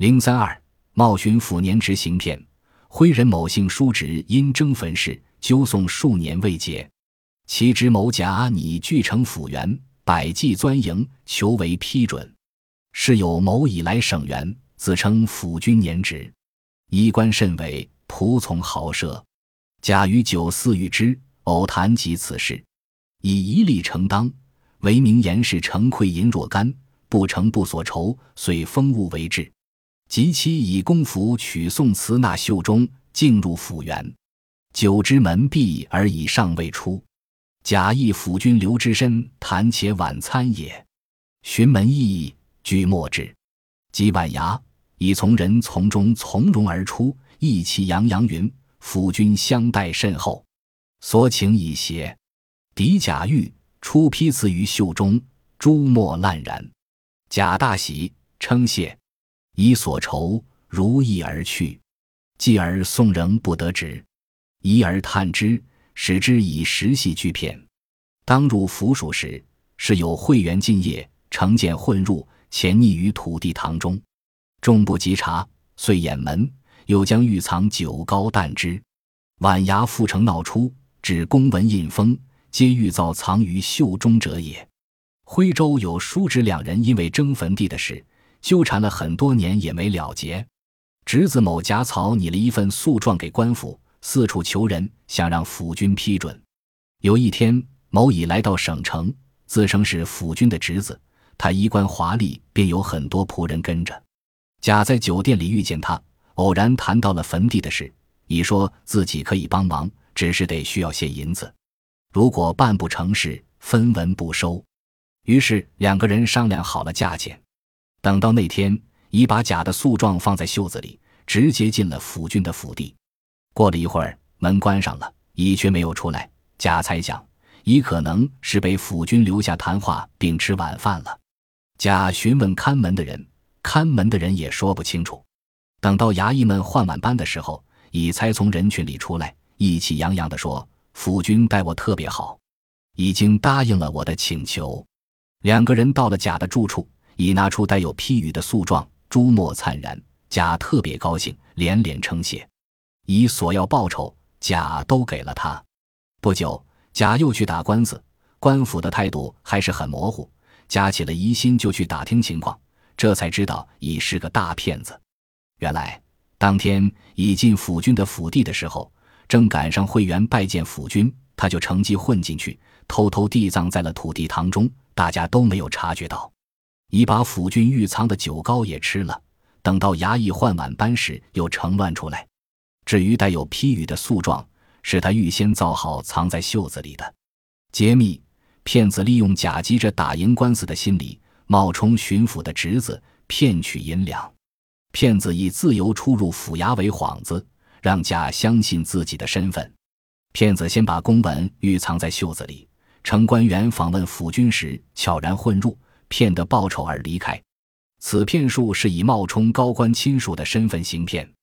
032茂巡抚年值行骗，徽人某姓叔侄因争坟事，纠讼数年未结。其侄某甲拟具成府员，百计钻营，求为批准。事有某以来省员，自称府君年职，衣冠甚伟，仆从豪奢。甲于9/4遇之，偶谈及此事，以一力承当，为名言事诚愧银若干，不成不所酬，遂封物为质。及其以公服取送辞纳袖中，径入府园，久之门闭而已尚未出。甲亦府君刘之身，谈且晚餐也。寻门意，俱莫至。及晚衙，已从人从中从容而出，意气洋洋云：府君相待甚厚，所请已协。敌甲遇，出批辞于袖中，诸墨烂然。甲大喜，称谢，以所酬如意而去。继而宋仍不得职，疑而探之，使之以实系俱骗。当入府署时，是有会员进业，乘剑混入，潜匿于土地堂中。众不及察，遂掩门，又将御藏酒膏啖之。晚衙复呈闹出，指公文印封，皆欲造藏于袖中者也。徽州有叔侄2人因为争坟地的事，纠缠了很多年也没了结。侄子某贾草拟了一份诉状给官府，四处求人，想让府君批准。有一天，某乙来到省城，自称是府君的侄子，他衣冠华丽，便有很多仆人跟着。甲在酒店里遇见他，偶然谈到了坟地的事，乙说自己可以帮忙，只是得需要些银子，如果办不成事，分文不收。于是2个人商量好了价钱。等到那天，乙把甲的诉状放在袖子里，直接进了府君的府邸。过了一会儿，门关上了，乙却没有出来。甲猜想，乙可能是被府君留下谈话并吃晚饭了。甲询问看门的人，看门的人也说不清楚。等到衙役们换晚班的时候，乙才从人群里出来，意气洋洋地说：府君待我特别好，已经答应了我的请求。2个人到了甲的住处，乙拿出带有批语的诉状，诸墨灿然，甲特别高兴，连连称谢。乙索要报酬，甲都给了他。不久，甲又去打官司，官府的态度还是很模糊，甲起了疑心，就去打听情况，这才知道乙是个大骗子。原来当天乙进府君的府邸的时候，正赶上会员拜见府君，他就乘机混进去，偷偷地葬在了土地堂中，大家都没有察觉到。乙把府君御藏的酒膏也吃了，等到衙役换晚班时又乘乱出来。至于带有批语的诉状，是他预先造好藏在袖子里的。揭秘：骗子利用甲急着打赢官司的心理，冒充巡抚的侄子，骗取银两。骗子以自由出入府衙为幌子，让甲相信自己的身份。骗子先把公文预藏在袖子里，乘官员访问府君时悄然混入，骗得报酬而离开。此骗术是以冒充高官亲属的身份行骗。